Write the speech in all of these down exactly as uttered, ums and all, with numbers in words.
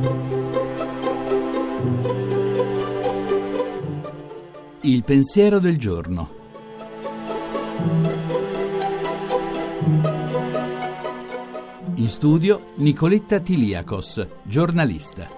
Il pensiero del giorno. In studio Nicoletta Tiliakos, giornalista.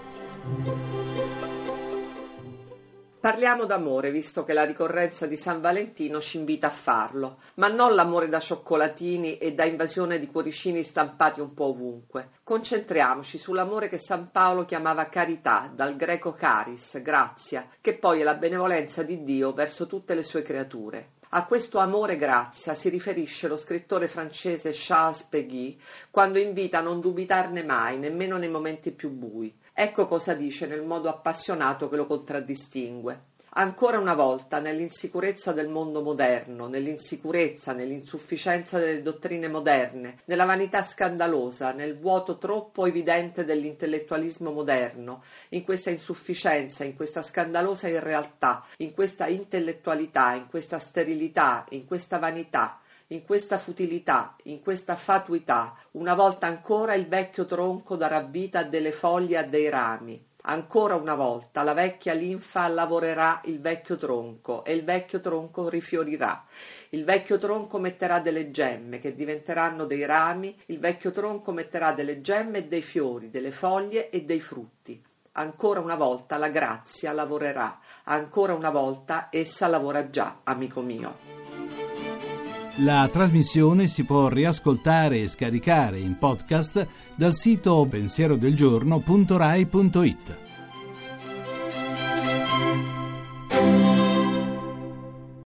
Parliamo d'amore, visto che la ricorrenza di San Valentino ci invita a farlo, ma non l'amore da cioccolatini e da invasione di cuoricini stampati un po' ovunque. Concentriamoci sull'amore che San Paolo chiamava carità, dal greco charis, grazia, che poi è la benevolenza di Dio verso tutte le sue creature. A questo amore grazia si riferisce lo scrittore francese Charles Péguy quando invita a non dubitarne mai, nemmeno nei momenti più bui. Ecco cosa dice nel modo appassionato che lo contraddistingue. Ancora una volta, nell'insicurezza del mondo moderno, nell'insicurezza, nell'insufficienza delle dottrine moderne, nella vanità scandalosa, nel vuoto troppo evidente dell'intellettualismo moderno, in questa insufficienza, in questa scandalosa irrealtà, in questa intellettualità, in questa sterilità, in questa vanità, in questa futilità, in questa fatuità, una volta ancora il vecchio tronco darà vita a delle foglie e a dei rami. Ancora una volta la vecchia linfa lavorerà il vecchio tronco e il vecchio tronco rifiorirà. Il vecchio tronco metterà delle gemme che diventeranno dei rami, il vecchio tronco metterà delle gemme e dei fiori, delle foglie e dei frutti. Ancora una volta la grazia lavorerà, ancora una volta essa lavora già, amico mio. La trasmissione si può riascoltare e scaricare in podcast dal sito pensierodelgiorno punto rai punto it.